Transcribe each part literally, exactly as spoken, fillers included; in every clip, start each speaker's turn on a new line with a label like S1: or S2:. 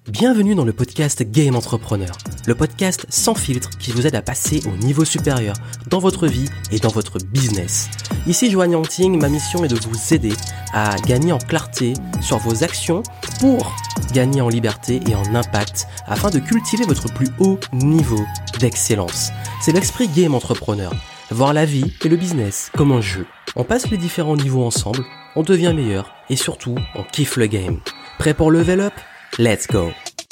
S1: Bienvenue dans le podcast Game Entrepreneur, le podcast sans filtre qui vous aide à passer au niveau supérieur dans votre vie et dans votre business. Ici Joanne Yangting, ma mission est de vous aider à gagner en clarté sur vos actions pour gagner en liberté et en impact afin de cultiver votre plus haut niveau d'excellence. C'est l'esprit Game Entrepreneur, voir la vie et le business comme un jeu. On passe les différents niveaux ensemble, on devient meilleur et surtout on kiffe le game. Prêt pour level up ? Let's go!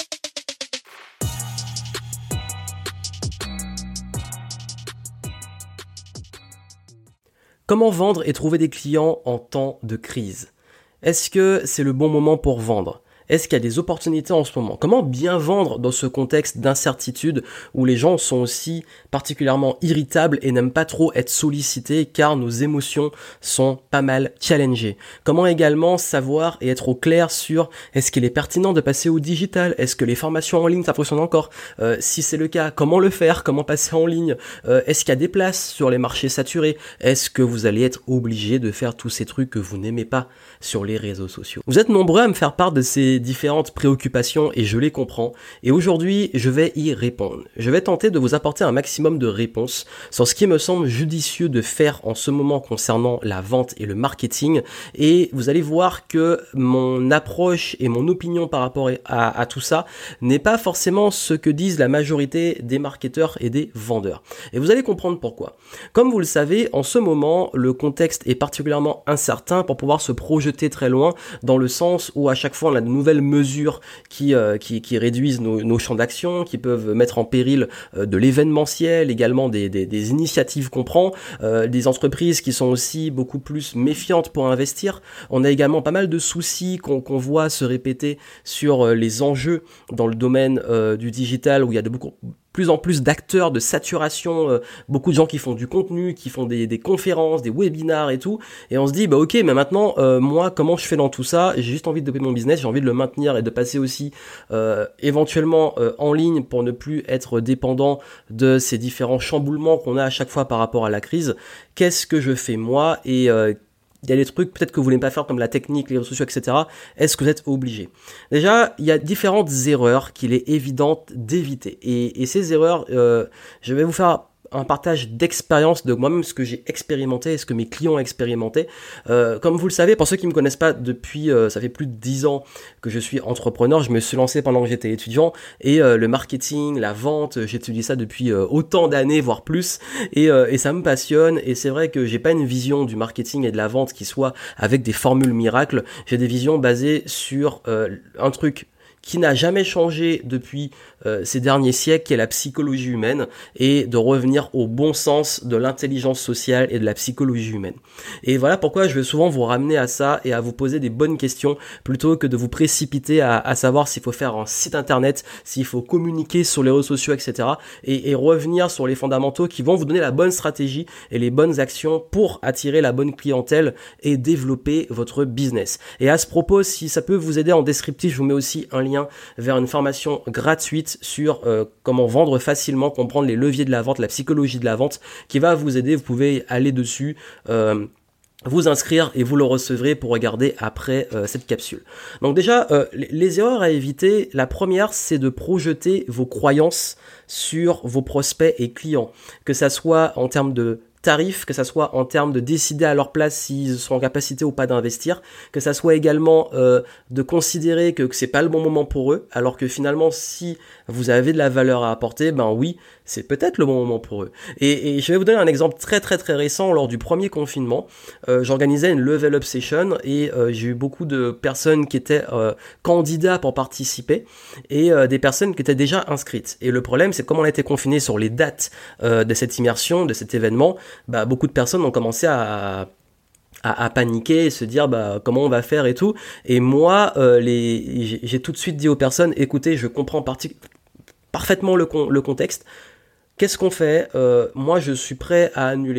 S1: Comment vendre et trouver des clients en temps de crise? Est-ce que c'est le bon moment pour vendre? Est-ce qu'il y a des opportunités en ce moment? Comment bien vendre dans ce contexte d'incertitude où les gens sont aussi particulièrement irritables et n'aiment pas trop être sollicités car nos émotions sont pas mal challengées? Comment également savoir et être au clair sur est-ce qu'il est pertinent de passer au digital? Est-ce que les formations en ligne ça fonctionne encore? euh, Si c'est le cas, comment le faire? Comment passer en ligne? euh, Est-ce qu'il y a des places sur les marchés saturés? Est-ce que vous allez être obligé de faire tous ces trucs que vous n'aimez pas sur les réseaux sociaux? Vous êtes nombreux à me faire part de ces différentes préoccupations et je les comprends, et aujourd'hui je vais y répondre. Je vais tenter de vous apporter un maximum de réponses sur ce qui me semble judicieux de faire en ce moment concernant la vente et le marketing, et vous allez voir que mon approche et mon opinion par rapport à, à tout ça n'est pas forcément ce que disent la majorité des marketeurs et des vendeurs. Et vous allez comprendre pourquoi. Comme vous le savez, en ce moment, le contexte est particulièrement incertain pour pouvoir se projeter très loin, dans le sens où à chaque fois on a de nouvelles mesures qui, euh, qui, qui réduisent nos, nos champs d'action, qui peuvent mettre en péril euh, de l'événementiel, également des, des, des initiatives qu'on prend, euh, des entreprises qui sont aussi beaucoup plus méfiantes pour investir. On a également pas mal de soucis qu'on, qu'on voit se répéter sur euh, les enjeux dans le domaine euh, du digital, où il y a de beaucoup plus en plus d'acteurs, de saturation, euh, beaucoup de gens qui font du contenu, qui font des, des conférences, des webinars et tout, et on se dit bah ok, mais maintenant euh, moi comment je fais dans tout ça? J'ai juste envie de développer mon business, j'ai envie de le maintenir et de passer aussi euh, éventuellement euh, en ligne pour ne plus être dépendant de ces différents chamboulements qu'on a à chaque fois par rapport à la crise. Qu'est-ce que je fais moi? Et euh, il y a des trucs peut-être que vous voulez pas faire comme la technique, les réseaux sociaux, et cetera. Est-ce que vous êtes obligé? Déjà, il y a différentes erreurs qu'il est évident d'éviter. Et, et ces erreurs, euh, je vais vous faire un partage d'expérience de moi-même, ce que j'ai expérimenté et ce que mes clients ont expérimenté. Euh, comme vous le savez, pour ceux qui me connaissent pas depuis, euh, ça fait plus de dix ans que je suis entrepreneur. Je me suis lancé pendant que j'étais étudiant et euh, le marketing, la vente, j'étudie ça depuis euh, autant d'années, voire plus. Et, euh, et ça me passionne. Et c'est vrai que j'ai pas une vision du marketing et de la vente qui soit avec des formules miracles. J'ai des visions basées sur euh, un truc qui n'a jamais changé depuis euh, ces derniers siècles, qui est la psychologie humaine, et de revenir au bon sens de l'intelligence sociale et de la psychologie humaine. Et voilà pourquoi je vais souvent vous ramener à ça et à vous poser des bonnes questions, plutôt que de vous précipiter à, à savoir s'il faut faire un site internet, s'il faut communiquer sur les réseaux sociaux, et cetera. Et, et revenir sur les fondamentaux qui vont vous donner la bonne stratégie et les bonnes actions pour attirer la bonne clientèle et développer votre business. Et à ce propos, si ça peut vous aider en descriptif, je vous mets aussi un lien vers une formation gratuite sur euh, comment vendre facilement, comprendre les leviers de la vente, la psychologie de la vente, qui va vous aider. Vous pouvez aller dessus, euh, vous inscrire et vous le recevrez pour regarder après euh, cette capsule. Donc déjà, euh, les, les erreurs à éviter, la première, c'est de projeter vos croyances sur vos prospects et clients, que ça soit en termes de tarifs, que ça soit en termes de décider à leur place s'ils sont en capacité ou pas d'investir, que ça soit également euh, de considérer que, que c'est pas le bon moment pour eux, alors que finalement si vous avez de la valeur à apporter, ben oui, c'est peut-être le bon moment pour eux. Et, et je vais vous donner un exemple très très très récent. Lors du premier confinement, euh, j'organisais une level up session et euh, j'ai eu beaucoup de personnes qui étaient euh, candidats pour participer et euh, des personnes qui étaient déjà inscrites. Et le problème, c'est que comme on a été confinés sur les dates euh, de cette immersion, de cet événement, bah, beaucoup de personnes ont commencé à, à, à paniquer et se dire bah, comment on va faire et tout. Et moi, euh, les, j'ai, j'ai tout de suite dit aux personnes, écoutez, je comprends parti- parfaitement le, con- le contexte. Qu'est-ce qu'on fait? euh, Moi, je suis prêt à annuler.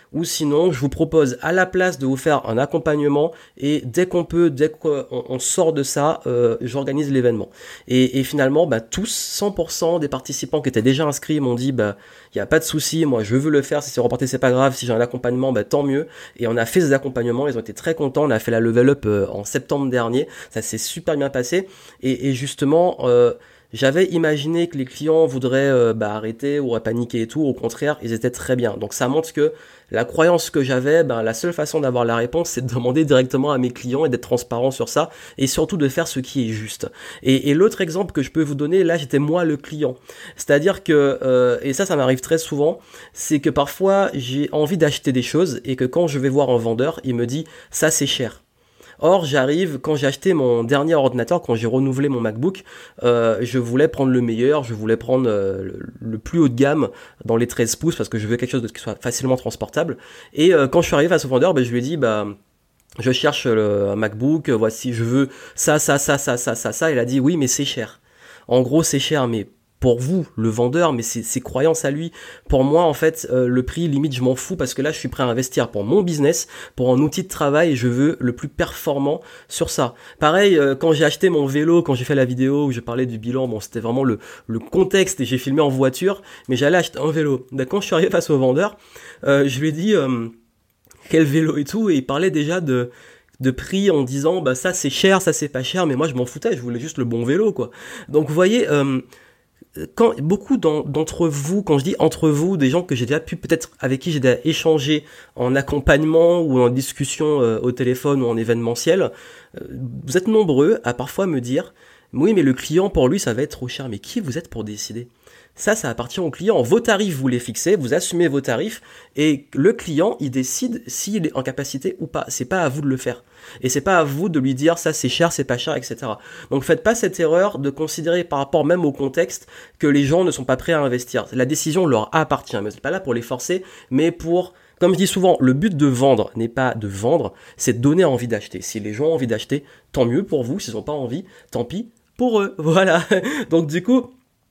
S1: ou sinon je vous propose à la place de vous faire un accompagnement et dès qu'on peut, dès qu'on on sort de ça, euh, j'organise l'événement. Et, et finalement, bah, tous, cent pour cent des participants qui étaient déjà inscrits m'ont dit, bah, il n'y a pas de souci, moi je veux le faire, si c'est reporté c'est pas grave, si j'ai un accompagnement, bah, tant mieux. Et on a fait ces accompagnements, ils ont été très contents, on a fait la level up euh, en septembre dernier, ça s'est super bien passé. Et, et justement, euh, j'avais imaginé que les clients voudraient euh, bah, arrêter ou paniquer et tout. Au contraire, ils étaient très bien. Donc ça montre que la croyance que j'avais, bah, la seule façon d'avoir la réponse, c'est de demander directement à mes clients et d'être transparent sur ça. Et surtout de faire ce qui est juste. Et, et l'autre exemple que je peux vous donner, là j'étais moi le client. C'est-à-dire que, euh, et ça ça m'arrive très souvent, c'est que parfois j'ai envie d'acheter des choses et que quand je vais voir un vendeur, il me dit ça c'est cher. Or, j'arrive, quand j'ai acheté mon dernier ordinateur, quand j'ai renouvelé mon MacBook, euh, je voulais prendre le meilleur, je voulais prendre euh, le, le plus haut de gamme dans les treize pouces parce que je veux quelque chose de, qui soit facilement transportable. Et euh, quand je suis arrivé à ce vendeur, bah, je lui ai dit, bah, je cherche le, un MacBook, voici, je veux ça, ça, ça, ça, ça, ça, ça. Il a dit, oui, mais c'est cher. En gros, c'est cher, mais pour vous, le vendeur, mais c'est ses croyances à lui. Pour moi, en fait, euh, le prix, limite, je m'en fous parce que là, je suis prêt à investir pour mon business, pour un outil de travail et je veux le plus performant sur ça. Pareil, euh, quand j'ai acheté mon vélo, quand j'ai fait la vidéo où je parlais du bilan, bon, c'était vraiment le, le contexte et j'ai filmé en voiture, mais j'allais acheter un vélo. Donc, quand je suis arrivé face au vendeur, euh, je lui ai dit euh, quel vélo et tout, et il parlait déjà de de prix en disant bah ça c'est cher, ça c'est pas cher, mais moi je m'en foutais, je voulais juste le bon vélo quoi. Donc vous voyez, euh, quand beaucoup d'entre vous, quand je dis entre vous, des gens que j'ai déjà pu peut-être avec qui j'ai déjà échangé en accompagnement ou en discussion euh, au téléphone ou en événementiel, euh, vous êtes nombreux à parfois me dire oui mais le client pour lui ça va être trop cher. Mais qui vous êtes pour décider ? Ça, ça appartient au client. Vos tarifs, vous les fixez, vous assumez vos tarifs et le client, il décide s'il est en capacité ou pas. C'est pas à vous de le faire. Et c'est pas à vous de lui dire ça c'est cher, c'est pas cher, et cetera. Donc faites pas cette erreur de considérer par rapport même au contexte que les gens ne sont pas prêts à investir. La décision leur appartient. Mais c'est pas là pour les forcer, mais pour... Comme je dis souvent, le but de vendre n'est pas de vendre, c'est de donner envie d'acheter. Si les gens ont envie d'acheter, tant mieux pour vous. S'ils n'ont pas envie, tant pis pour eux. Voilà. Donc du coup...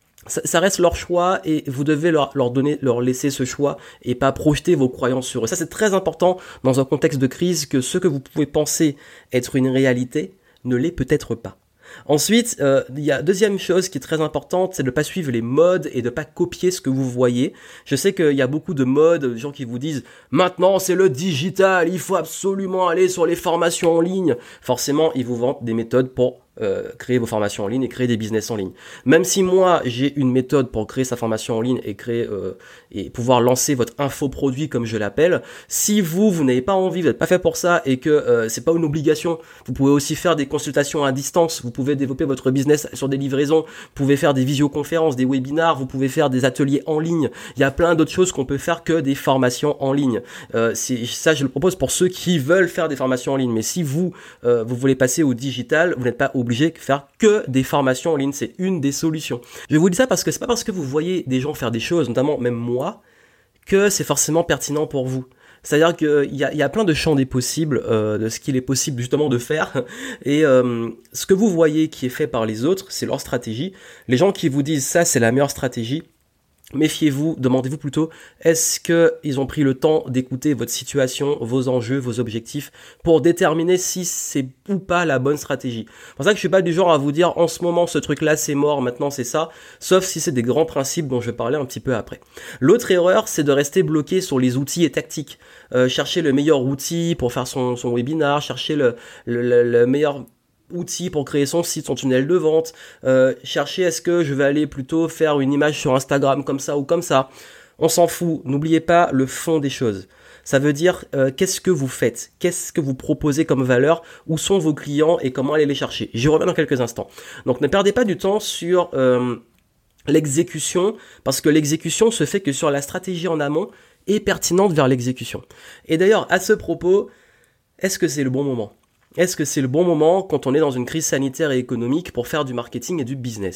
S1: ça reste leur choix et vous devez leur, leur donner, leur laisser ce choix et pas projeter vos croyances sur eux. Ça, c'est très important dans un contexte de crise que ce que vous pouvez penser être une réalité ne l'est peut-être pas. Ensuite, euh, il y a deuxième chose qui est très importante, c'est de ne pas suivre les modes et de ne pas copier ce que vous voyez. Je sais qu'il y a beaucoup de modes, de gens qui vous disent « Maintenant, c'est le digital, il faut absolument aller sur les formations en ligne ». Forcément, ils vous vendent des méthodes pour Euh, créer vos formations en ligne et créer des business en ligne. Même si moi j'ai une méthode pour créer sa formation en ligne et créer euh, et pouvoir lancer votre infoproduit comme je l'appelle, si vous vous n'avez pas envie, vous n'êtes pas fait pour ça et que euh, c'est pas une obligation, vous pouvez aussi faire des consultations à distance, vous pouvez développer votre business sur des livraisons, vous pouvez faire des visioconférences, des webinars, vous pouvez faire des ateliers en ligne. Il y a plein d'autres choses qu'on peut faire que des formations en ligne. Euh, c'est, ça je le propose pour ceux qui veulent faire des formations en ligne. Mais si vous euh, vous voulez passer au digital, vous n'êtes pas obligé obligé de faire que des formations en ligne, c'est une des solutions. Je vous dis ça parce que c'est pas parce que vous voyez des gens faire des choses, notamment même moi, que c'est forcément pertinent pour vous. C'est-à-dire qu'il y a, y a plein de champs des possibles, euh, de ce qu'il est possible justement de faire. Et euh, ce que vous voyez qui est fait par les autres, c'est leur stratégie. Les gens qui vous disent ça, c'est la meilleure stratégie, méfiez-vous, demandez-vous plutôt, est-ce qu'ils ont pris le temps d'écouter votre situation, vos enjeux, vos objectifs, pour déterminer si c'est ou pas la bonne stratégie. C'est pour ça que je suis pas du genre à vous dire, en ce moment, ce truc-là, c'est mort, maintenant c'est ça, sauf si c'est des grands principes dont je vais parler un petit peu après. L'autre erreur, c'est de rester bloqué sur les outils et tactiques. Euh, chercher le meilleur outil pour faire son, son webinar, chercher le, le, le, le meilleur outils pour créer son site, son tunnel de vente, euh, chercher est-ce que je vais aller plutôt faire une image sur Instagram comme ça ou comme ça. On s'en fout, n'oubliez pas le fond des choses. Ça veut dire euh, qu'est-ce que vous faites, qu'est-ce que vous proposez comme valeur, où sont vos clients et comment aller les chercher. J'y reviens dans quelques instants. Donc ne perdez pas du temps sur euh, l'exécution, parce que l'exécution se fait que sur la stratégie en amont est pertinente vers l'exécution. Et d'ailleurs, à ce propos, est-ce que c'est le bon moment ? Est-ce que c'est le bon moment quand on est dans une crise sanitaire et économique pour faire du marketing et du business ?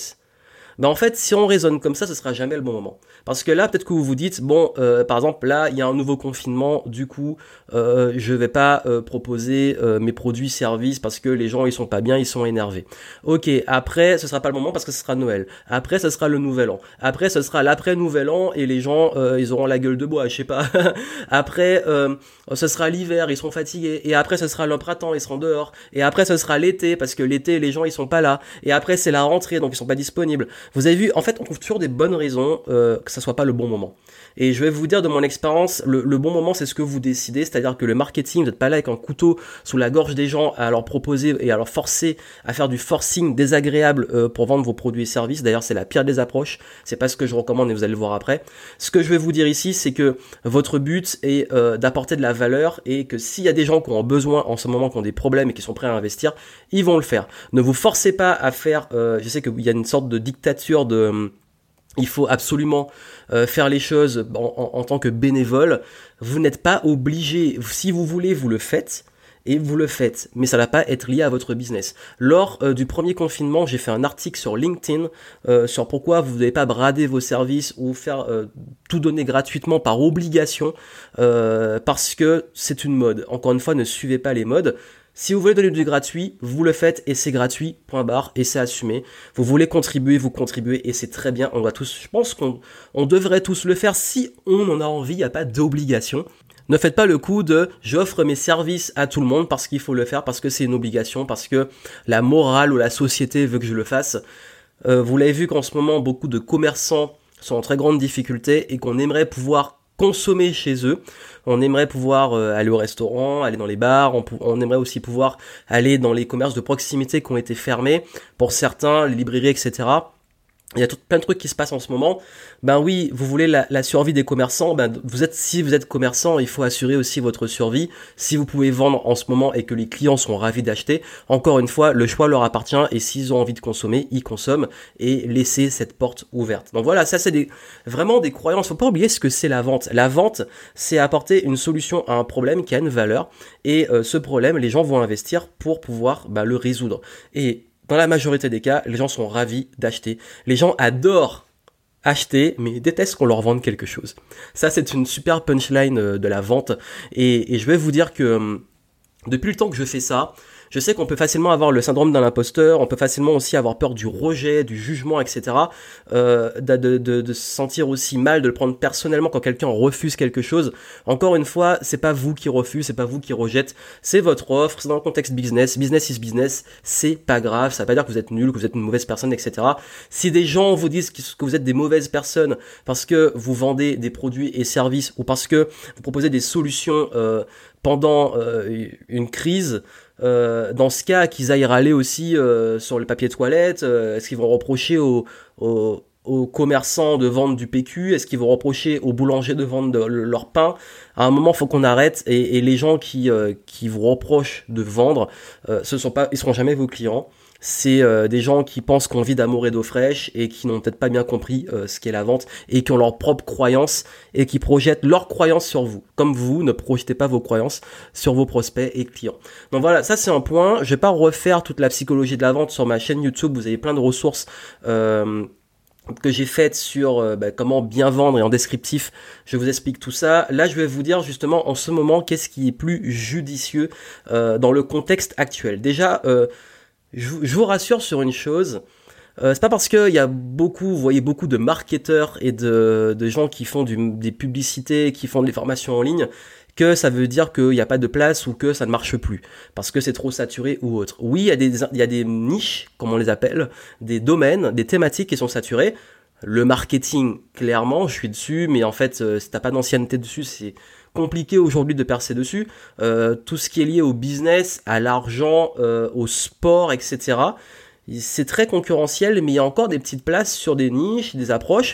S1: Ben en fait, si on raisonne comme ça, ce sera jamais le bon moment. Parce que là, peut-être que vous vous dites, bon, euh, par exemple, là, il y a un nouveau confinement, du coup, euh, je vais pas euh, proposer euh, mes produits, services, parce que les gens, ils sont pas bien, ils sont énervés. Ok, après, ce sera pas le moment parce que ce sera Noël. Après, ce sera le Nouvel An. Après, ce sera l'après-Nouvel An et les gens, euh, ils auront la gueule de bois, je sais pas. Après, euh, ce sera l'hiver, ils seront fatigués. Et après, ce sera le printemps, ils seront dehors. Et après, ce sera l'été, parce que l'été, les gens, ils sont pas là. Et après, c'est la rentrée, donc ils sont pas disponibles. Vous avez vu, en fait, on trouve toujours des bonnes raisons euh, que ça soit pas le bon moment. Et je vais vous dire de mon expérience, le, le bon moment, c'est ce que vous décidez, c'est-à-dire que le marketing, vous n'êtes pas là avec un couteau sous la gorge des gens à leur proposer et à leur forcer à faire du forcing désagréable euh, pour vendre vos produits et services. D'ailleurs, c'est la pire des approches. C'est pas ce que je recommande et vous allez le voir après. Ce que je vais vous dire ici, c'est que votre but est euh, d'apporter de la valeur et que s'il y a des gens qui ont besoin en ce moment, qui ont des problèmes et qui sont prêts à investir, ils vont le faire. Ne vous forcez pas à faire, euh, je sais qu'il y a une sorte de dictature de... Il faut absolument euh, faire les choses en, en, en tant que bénévole. Vous n'êtes pas obligé. Si vous voulez, vous le faites. Et vous le faites, mais ça ne va pas être lié à votre business. Lors euh, du premier confinement, j'ai fait un article sur LinkedIn euh, sur pourquoi vous ne devez pas brader vos services ou faire euh, tout donner gratuitement par obligation, euh, parce que c'est une mode. Encore une fois, ne suivez pas les modes. Si vous voulez donner du gratuit, vous le faites et c'est gratuit, point barre, et c'est assumé. Vous voulez contribuer, vous contribuez et c'est très bien. On va tous, je pense qu'on on devrait tous le faire si on en a envie, il n'y a pas d'obligation. Ne faites pas le coup de « j'offre mes services à tout le monde parce qu'il faut le faire, parce que c'est une obligation, parce que la morale ou la société veut que je le fasse ». Euh, vous l'avez vu qu'en ce moment, beaucoup de commerçants sont en très grande difficulté et qu'on aimerait pouvoir consommer chez eux. On aimerait pouvoir euh, aller au restaurant, aller dans les bars, on, pou- on aimerait aussi pouvoir aller dans les commerces de proximité qui ont été fermés, pour certains, les librairies, et cetera. Il y a tout, plein de trucs qui se passent en ce moment. Ben oui, vous voulez la, la survie des commerçants. Ben vous êtes, si vous êtes commerçant, il faut assurer aussi votre survie. Si vous pouvez vendre en ce moment et que les clients sont ravis d'acheter, encore une fois, le choix leur appartient. Et s'ils ont envie de consommer, ils consomment et laissez cette porte ouverte. Donc voilà, ça c'est des, vraiment des croyances. Faut pas oublier ce que c'est la vente. La vente, c'est apporter une solution à un problème qui a une valeur. Et euh, ce problème, les gens vont investir pour pouvoir ben, le résoudre. Et dans la majorité des cas, les gens sont ravis d'acheter. Les gens adorent acheter, mais détestent qu'on leur vende quelque chose. Ça, c'est une super punchline de la vente. Et, et je vais vous dire que depuis le temps que je fais ça, je sais qu'on peut facilement avoir le syndrome d'un imposteur, on peut facilement aussi avoir peur du rejet, du jugement, et cetera. Euh, de, de, de, de se sentir aussi mal, de le prendre personnellement quand quelqu'un refuse quelque chose. Encore une fois, c'est pas vous qui refuse, c'est pas vous qui rejette, c'est votre offre, c'est dans le contexte business, business is business, c'est pas grave, ça veut pas dire que vous êtes nul, que vous êtes une mauvaise personne, et cetera. Si des gens vous disent que vous êtes des mauvaises personnes parce que vous vendez des produits et services ou parce que vous proposez des solutions euh, pendant euh, une crise, Euh, dans ce cas, qu'ils aillent râler aussi euh, sur le papier toilette. euh, Est-ce qu'ils vont reprocher aux, aux, aux commerçants de vendre du P Q? Est-ce qu'ils vont reprocher aux boulangers de vendre de, leur pain? À un moment, faut qu'on arrête. Et, et les gens qui euh, qui vous reprochent de vendre, euh, ce sont pas, ils seront jamais vos clients. C'est euh, des gens qui pensent qu'on vit d'amour et d'eau fraîche et qui n'ont peut-être pas bien compris euh, ce qu'est la vente et qui ont leurs propres croyances et qui projettent leurs croyances sur vous. Comme vous, ne projetez pas vos croyances sur vos prospects et clients. Donc voilà, ça c'est un point. Je vais pas refaire toute la psychologie de la vente sur ma chaîne YouTube. Vous avez plein de ressources euh, que j'ai faites sur euh, bah, comment bien vendre et en descriptif. Je vous explique tout ça. Là, je vais vous dire justement en ce moment qu'est-ce qui est plus judicieux euh, dans le contexte actuel. Déjà, euh, Je vous, je vous rassure sur une chose, euh, c'est pas parce qu'il y a beaucoup, vous voyez beaucoup de marketeurs et de, de gens qui font du, des publicités, qui font des formations en ligne, que ça veut dire qu'il n'y a pas de place ou que ça ne marche plus, parce que c'est trop saturé ou autre. Oui, il y a des, il y a des niches, comme on les appelle, des domaines, des thématiques qui sont saturées. Le marketing, clairement, je suis dessus, mais en fait, euh, si t'as pas d'ancienneté dessus, c'est compliqué aujourd'hui de percer dessus. Euh, tout ce qui est lié au business, à l'argent, euh, au sport, et cetera. C'est très concurrentiel, mais il y a encore des petites places sur des niches, des approches.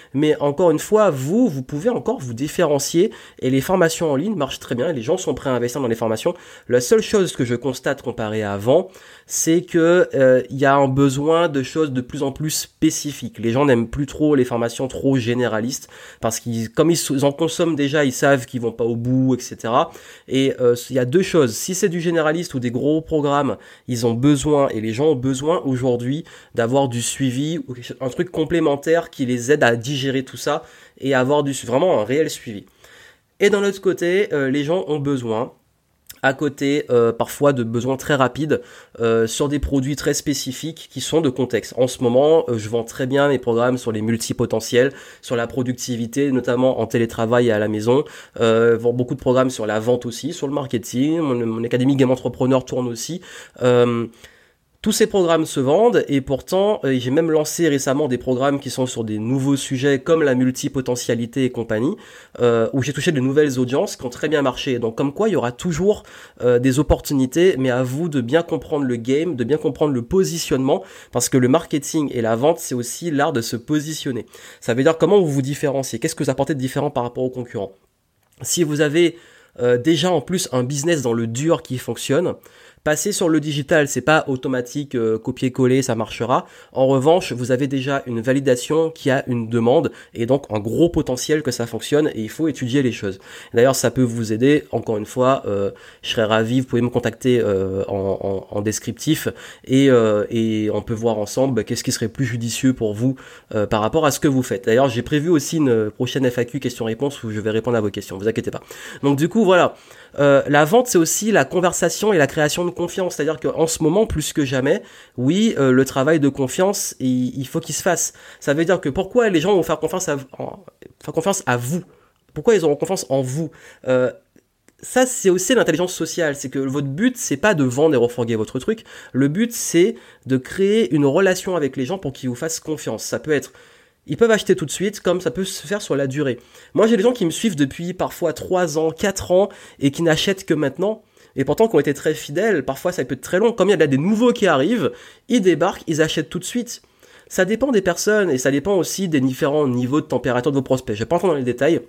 S1: Mais encore une fois, vous, vous pouvez encore vous différencier et les formations en ligne marchent très bien. Les gens sont prêts à investir dans les formations. La seule chose que je constate comparé à avant, c'est que euh, il y a un besoin de choses de plus en plus spécifiques. Les gens n'aiment plus trop les formations trop généralistes parce qu'ils, comme ils en consomment déjà, ils savent qu'ils vont pas au bout, et cetera. Et euh, il y a deux choses. Si c'est du généraliste ou des gros programmes, ils ont besoin et les gens ont besoin aujourd'hui d'avoir du suivi ou un truc complémentaire qui les aide à digérer tout ça et à avoir du vraiment un réel suivi. Et d'un autre côté, euh, les gens ont besoin à côté euh, parfois de besoins très rapides euh, sur des produits très spécifiques qui sont de contexte. En ce moment, euh, je vends très bien mes programmes sur les multipotentiels, sur la productivité, notamment en télétravail et à la maison. Euh, vends beaucoup de programmes sur la vente aussi, sur le marketing. Mon, mon académie Game Entrepreneur tourne aussi. Euh, Tous ces programmes se vendent et pourtant euh, j'ai même lancé récemment des programmes qui sont sur des nouveaux sujets comme la multipotentialité et compagnie euh, où j'ai touché de nouvelles audiences qui ont très bien marché. Donc comme quoi il y aura toujours euh, des opportunités, mais à vous de bien comprendre le game, de bien comprendre le positionnement, parce que le marketing et la vente c'est aussi l'art de se positionner. Ça veut dire comment vous vous différenciez, qu'est-ce que vous apportez de différent par rapport aux concurrents. Si vous avez euh, déjà en plus un business dans le dur qui fonctionne, passer sur le digital, c'est pas automatique, euh, copier-coller, ça marchera. En revanche, vous avez déjà une validation qui a une demande et donc un gros potentiel que ça fonctionne et il faut étudier les choses. D'ailleurs, ça peut vous aider. Encore une fois, euh, je serais ravi. Vous pouvez me contacter euh, en, en, en descriptif et, euh, et on peut voir ensemble bah, qu'est-ce qui serait plus judicieux pour vous euh, par rapport à ce que vous faites. D'ailleurs, j'ai prévu aussi une prochaine F A Q questions-réponses où je vais répondre à vos questions. Vous inquiétez pas. Donc du coup, voilà. Euh, la vente, c'est aussi la conversation et la création de confiance. C'est-à-dire qu'en ce moment, plus que jamais, oui, euh, le travail de confiance, il, il faut qu'il se fasse. Ça veut dire que pourquoi les gens vont faire confiance à, en, faire confiance à vous? Pourquoi ils auront confiance en vous? euh, Ça, c'est aussi l'intelligence sociale. C'est que votre but, c'est pas de vendre et refourguer votre truc. Le but, c'est de créer une relation avec les gens pour qu'ils vous fassent confiance. Ça peut être... Ils peuvent acheter tout de suite, comme ça peut se faire sur la durée. Moi, j'ai des gens qui me suivent depuis parfois trois ans, quatre ans, et qui n'achètent que maintenant, et pourtant qui ont été très fidèles. Parfois, ça peut être très long. Comme il y a des nouveaux qui arrivent, ils débarquent, ils achètent tout de suite. Ça dépend des personnes, et ça dépend aussi des différents niveaux de température de vos prospects. Je vais pas entrer dans les détails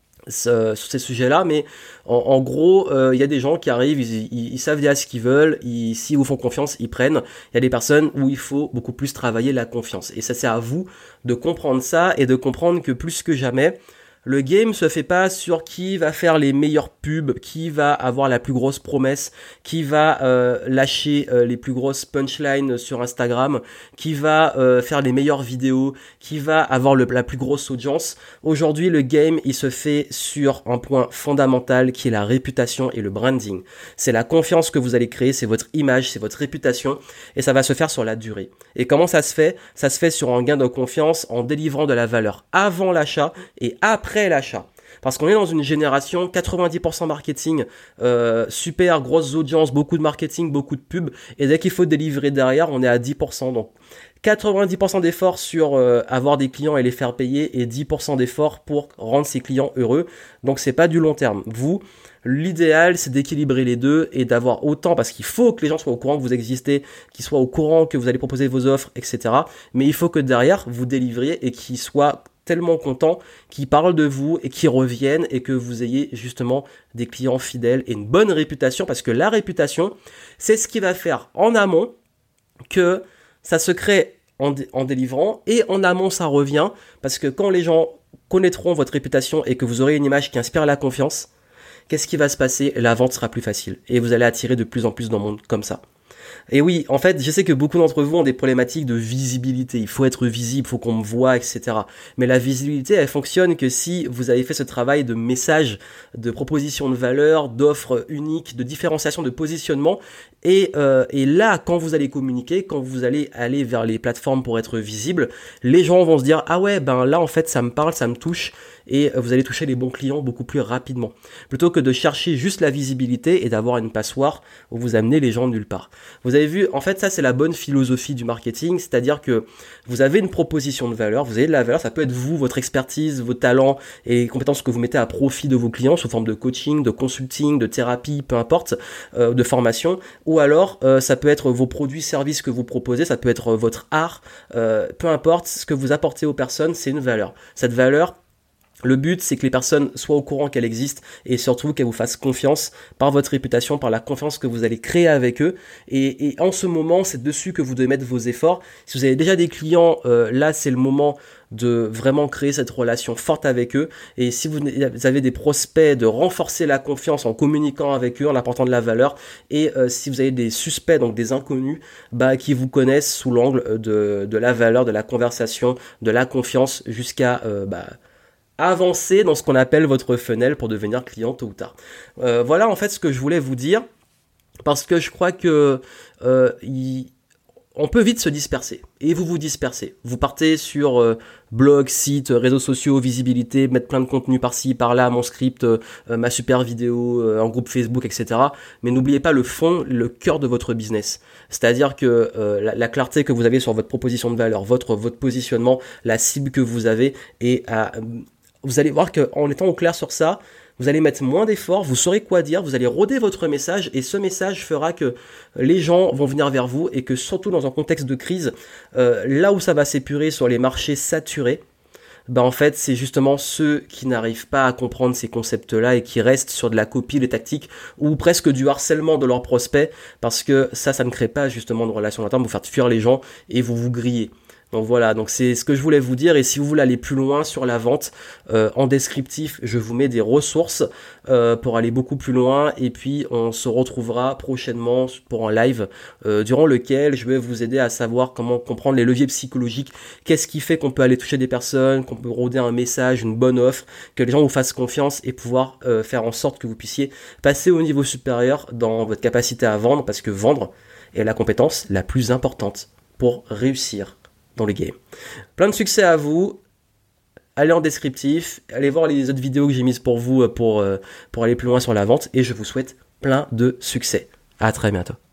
S1: sur ces sujets-là, mais en, en gros, il euh, y a des gens qui arrivent, ils, ils, ils savent déjà ce qu'ils veulent, ils, s'ils vous font confiance, ils prennent. Il y a des personnes où il faut beaucoup plus travailler la confiance. Et ça, c'est à vous de comprendre ça et de comprendre que plus que jamais, le game se fait pas sur qui va faire les meilleures pubs, qui va avoir la plus grosse promesse, qui va euh, lâcher euh, les plus grosses punchlines sur Instagram, qui va euh, faire les meilleures vidéos, qui va avoir le, la plus grosse audience. Aujourd'hui, le game, il se fait sur un point fondamental qui est la réputation et le branding. C'est la confiance que vous allez créer, c'est votre image, c'est votre réputation et ça va se faire sur la durée. Et comment ça se fait? Ça se fait sur un gain de confiance en délivrant de la valeur avant l'achat et après l'achat. Parce qu'on est dans une génération quatre-vingt-dix pour cent marketing, euh, super grosse audience, beaucoup de marketing, beaucoup de pubs, et dès qu'il faut délivrer derrière, on est à dix pour cent. Donc quatre-vingt-dix pour cent d'efforts sur euh, avoir des clients et les faire payer, et dix pour cent d'efforts pour rendre ses clients heureux. Donc c'est pas du long terme. Vous, l'idéal, c'est d'équilibrer les deux et d'avoir autant, parce qu'il faut que les gens soient au courant que vous existez, qu'ils soient au courant que vous allez proposer vos offres, et cetera. Mais il faut que derrière, vous délivriez et qu'ils soient tellement contents, qui parlent de vous et qui reviennent et que vous ayez justement des clients fidèles et une bonne réputation, parce que la réputation, c'est ce qui va faire en amont que ça se crée en, dé- en délivrant et en amont ça revient, parce que quand les gens connaîtront votre réputation et que vous aurez une image qui inspire la confiance, qu'est-ce qui va se passer? La vente sera plus facile et vous allez attirer de plus en plus dans le monde comme ça. Et oui, en fait, je sais que beaucoup d'entre vous ont des problématiques de visibilité. Il faut être visible, il faut qu'on me voit, et cetera. Mais la visibilité, elle fonctionne que si vous avez fait ce travail de message, de proposition de valeur, d'offres uniques, de différenciation, de positionnement. Et, euh, et là, quand vous allez communiquer, quand vous allez aller vers les plateformes pour être visible, les gens vont se dire « Ah ouais, ben là, en fait, ça me parle, ça me touche. » Et vous allez toucher les bons clients beaucoup plus rapidement. Plutôt que de chercher juste la visibilité et d'avoir une passoire où vous amenez les gens nulle part. Vous avez vu, en fait, ça, c'est la bonne philosophie du marketing, c'est-à-dire que vous avez une proposition de valeur, vous avez de la valeur, ça peut être vous, votre expertise, vos talents et les compétences que vous mettez à profit de vos clients sous forme de coaching, de consulting, de thérapie, peu importe, euh, de formation, ou alors euh, ça peut être vos produits, services que vous proposez, ça peut être votre art, euh, peu importe, ce que vous apportez aux personnes, c'est une valeur. Cette valeur, le but, c'est que les personnes soient au courant qu'elle existe et surtout qu'elles vous fassent confiance par votre réputation, par la confiance que vous allez créer avec eux. Et, et en ce moment, c'est dessus que vous devez mettre vos efforts. Si vous avez déjà des clients, euh, là, c'est le moment de vraiment créer cette relation forte avec eux. Et si vous avez des prospects, de renforcer la confiance en communiquant avec eux, en apportant de la valeur. Et euh, si vous avez des suspects, donc des inconnus, bah, qui vous connaissent sous l'angle de, de la valeur, de la conversation, de la confiance, jusqu'à... Euh, bah, avancer dans ce qu'on appelle votre funnel pour devenir client tôt ou tard. Euh, voilà en fait ce que je voulais vous dire, parce que je crois que euh, il, on peut vite se disperser, et vous vous dispersez. Vous partez sur euh, blog, site, réseaux sociaux, visibilité, mettre plein de contenu par-ci, par-là, mon script, euh, ma super vidéo, euh, en groupe Facebook, et cetera. Mais n'oubliez pas le fond, le cœur de votre business. C'est-à-dire que euh, la, la clarté que vous avez sur votre proposition de valeur, votre, votre positionnement, la cible que vous avez, et à... vous allez voir qu'en étant au clair sur ça, vous allez mettre moins d'efforts, vous saurez quoi dire, vous allez roder votre message et ce message fera que les gens vont venir vers vous et que surtout dans un contexte de crise, euh, là où ça va s'épurer sur les marchés saturés, bah en fait c'est justement ceux qui n'arrivent pas à comprendre ces concepts-là et qui restent sur de la copie, des tactiques ou presque du harcèlement de leurs prospects, parce que ça, ça ne crée pas justement de relation long terme, vous faites fuir les gens et vous vous grillez. Donc voilà, donc c'est ce que je voulais vous dire, et si vous voulez aller plus loin sur la vente, euh, en descriptif, je vous mets des ressources euh, pour aller beaucoup plus loin, et puis on se retrouvera prochainement pour un live euh, durant lequel je vais vous aider à savoir comment comprendre les leviers psychologiques, qu'est-ce qui fait qu'on peut aller toucher des personnes, qu'on peut rôder un message, une bonne offre, que les gens vous fassent confiance et pouvoir euh, faire en sorte que vous puissiez passer au niveau supérieur dans votre capacité à vendre, parce que vendre est la compétence la plus importante pour réussir dans le game. Plein de succès à vous. Allez en descriptif, allez voir les autres vidéos que j'ai mises pour vous pour, pour aller plus loin sur la vente, et je vous souhaite plein de succès. À très bientôt.